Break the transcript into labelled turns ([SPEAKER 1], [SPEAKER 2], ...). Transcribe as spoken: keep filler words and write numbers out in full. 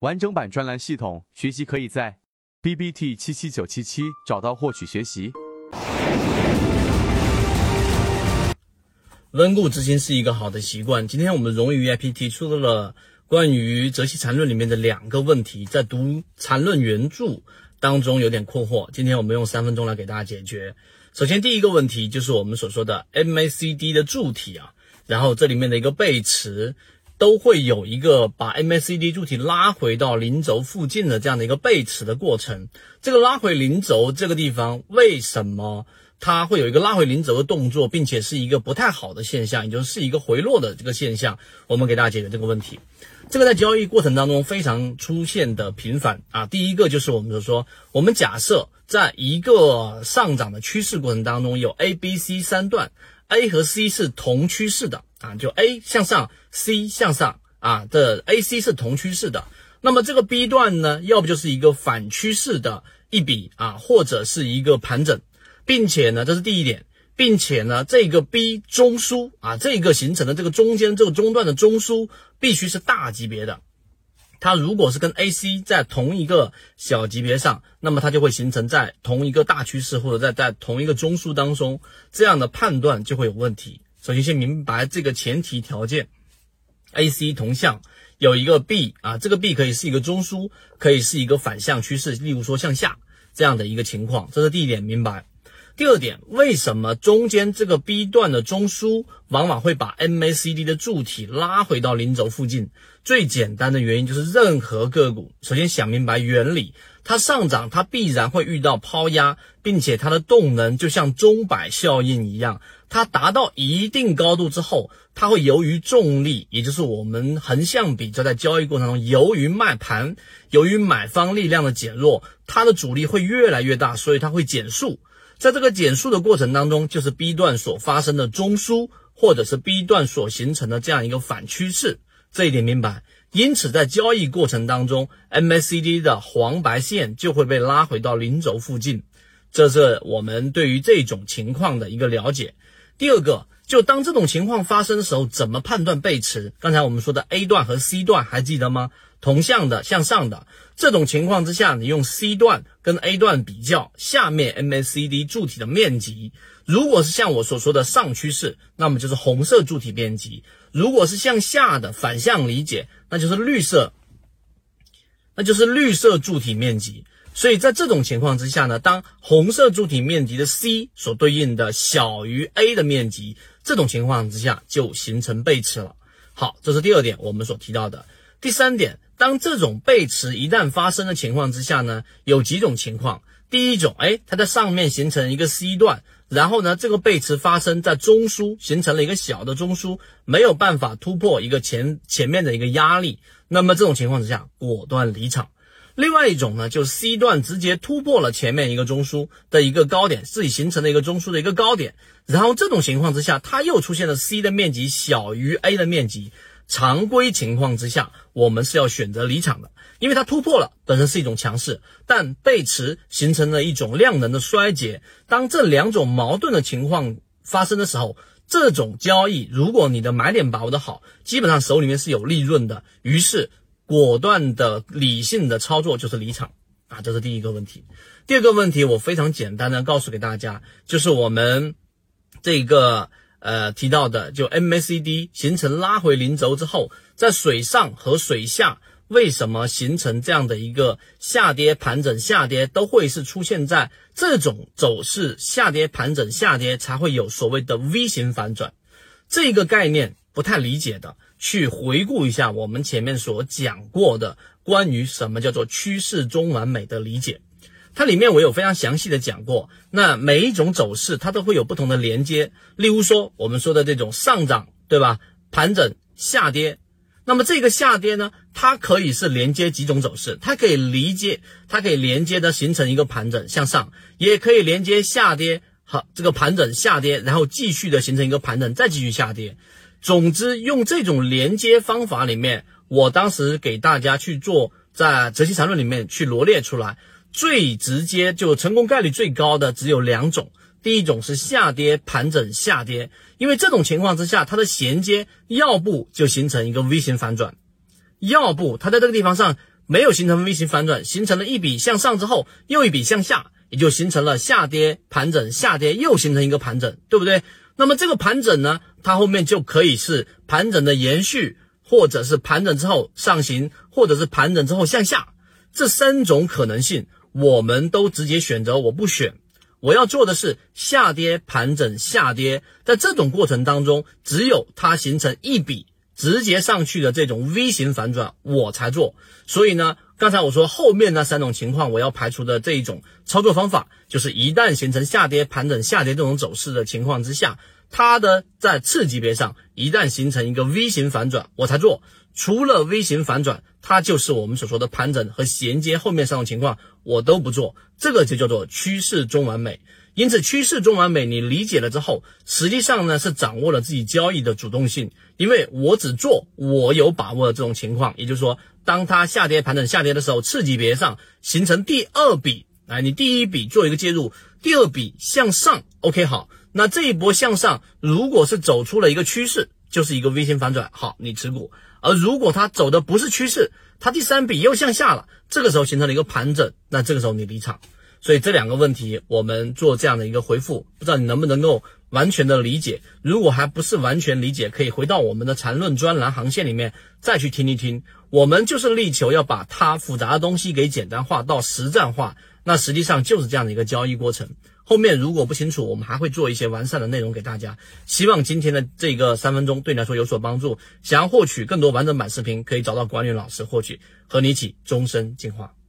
[SPEAKER 1] 完整版专栏系统学习可以在 B B T 七七九七七找到获取学习。
[SPEAKER 2] 温故知新是一个好的习惯。今天我们荣誉 V I P 提出了关于泽西禅论里面的两个问题，在读禅论原著当中有点困惑，今天我们用三分钟来给大家解决。首先第一个问题就是我们所说的 M A C D 的柱体啊，然后这里面的一个背驰都会有一个把 M A C D 柱体拉回到零轴附近的这样的一个背驰的过程。这个拉回零轴这个地方为什么它会有一个拉回零轴的动作，并且是一个不太好的现象，也就是一个回落的这个现象，我们给大家解决这个问题。这个在交易过程当中非常出现的频繁啊。第一个就是我们所说，我们假设在一个上涨的趋势过程当中有 A、B、C 三段 ，A 和 C 是同趋势的啊，就 A 向上 ，C 向上啊的 A、C 是同趋势的。那么这个 B 段呢，要不就是一个反趋势的一笔啊，或者是一个盘整，并且呢，这是第一点，并且呢，这个 B 中枢啊，这个形成的这个中间这个中段的中枢必须是大级别的。它如果是跟 A C 在同一个小级别上，那么它就会形成在同一个大趋势或者在在同一个中枢当中，这样的判断就会有问题。首先先明白这个前提条件 ，A C 同向有一个 B 啊，这个 B 可以是一个中枢，可以是一个反向趋势，例如说向下这样的一个情况，这是第一点明白。第二点，为什么中间这个 B 段的中枢往往会把 M A C D 的柱体拉回到零轴附近？最简单的原因就是任何个股，首先想明白原理，它上涨它必然会遇到抛压，并且它的动能就像钟摆效应一样，它达到一定高度之后，它会由于重力，也就是我们横向比较在交易过程中，由于卖盘，由于买方力量的减弱，它的阻力会越来越大，所以它会减速。在这个减速的过程当中，就是 B 段所发生的中枢，或者是 B 段所形成的这样一个反趋势，这一点明白。因此在交易过程当中 M A C D 的黄白线就会被拉回到零轴附近，这是我们对于这种情况的一个了解。第二个，就当这种情况发生的时候，怎么判断背驰？刚才我们说的 A 段和 C 段还记得吗？同向的向上的，这种情况之下，你用 C 段跟 A 段比较，下面 M A C D 柱体的面积，如果是像我所说的上趋势，那么就是红色柱体面积；如果是向下的反向理解，那就是绿色，那就是绿色柱体面积。所以在这种情况之下呢，当红色柱体面积的 C 所对应的小于 A 的面积，这种情况之下就形成背驰了。好，这是第二点我们所提到的。第三点，当这种背驰一旦发生的情况之下呢，有几种情况。第一种，诶，它在上面形成一个 C 段，然后呢，这个背驰发生在中枢，形成了一个小的中枢，没有办法突破一个前前面的一个压力，那么这种情况之下，果断离场。另外一种呢，就是 C 段直接突破了前面一个中枢的一个高点，自己形成了一个中枢的一个高点，然后这种情况之下，它又出现了 C 的面积小于 A 的面积。常规情况之下，我们是要选择离场的，因为它突破了，本身是一种强势，但背驰形成了一种量能的衰竭。当这两种矛盾的情况发生的时候，这种交易，如果你的买点把握的好，基本上手里面是有利润的，于是果断的理性的操作就是离场啊，这是第一个问题。第二个问题，我非常简单的告诉给大家，就是我们这个呃，提到的就 M A C D 形成拉回零轴之后，在水上和水下为什么形成这样的一个下跌盘整下跌，都会是出现在这种走势下跌盘整下跌才会有所谓的 V 型反转。这个概念不太理解的，去回顾一下我们前面所讲过的关于什么叫做趋势中完美的理解。它里面我有非常详细的讲过，那每一种走势它都会有不同的连接，例如说我们说的这种上涨，对吧？盘整下跌，那么这个下跌呢，它可以是连接几种走势，它可以理解，它可以连接的形成一个盘整向上，也可以连接下跌，好，这个盘整下跌，然后继续的形成一个盘整，再继续下跌。总之，用这种连接方法里面，我当时给大家去做，在泽西禅论里面去罗列出来。最直接就成功概率最高的只有两种，第一种是下跌盘整下跌，因为这种情况之下，它的衔接要不就形成一个 V 型反转，要不它在这个地方上没有形成 V 型反转，形成了一笔向上之后又一笔向下，也就形成了下跌盘整，下跌又形成一个盘整，对不对？那么这个盘整呢，它后面就可以是盘整的延续，或者是盘整之后上行，或者是盘整之后向下，这三种可能性我们都直接选择我不选。我要做的是下跌盘整下跌，在这种过程当中，只有它形成一笔直接上去的这种 V 型反转我才做。所以呢，刚才我说后面那三种情况我要排除的这一种操作方法，就是一旦形成下跌盘整下跌这种走势的情况之下，它的在次级别上一旦形成一个 V 型反转我才做。除了 V 型反转，它就是我们所说的盘整和衔接后面三种情况我都不做，这个就叫做趋势中完美。因此趋势中完美你理解了之后，实际上呢是掌握了自己交易的主动性，因为我只做我有把握的这种情况，也就是说当它下跌盘整下跌的时候，次级别上形成第二笔，来你第一笔做一个介入，第二笔向上 OK 好，那这一波向上如果是走出了一个趋势，就是一个 V 型反转，好你持股。而如果它走的不是趋势，它第三笔又向下了，这个时候形成了一个盘整，那这个时候你离场。所以这两个问题我们做这样的一个回复，不知道你能不能够完全的理解。如果还不是完全理解，可以回到我们的缠论专栏航线里面再去听一听。我们就是力求要把它复杂的东西给简单化到实战化，那实际上就是这样的一个交易过程。后面如果不清楚，我们还会做一些完善的内容给大家。希望今天的这个三分钟对你来说有所帮助。想要获取更多完整版视频，可以找到管理员老师获取，和你一起终身进化。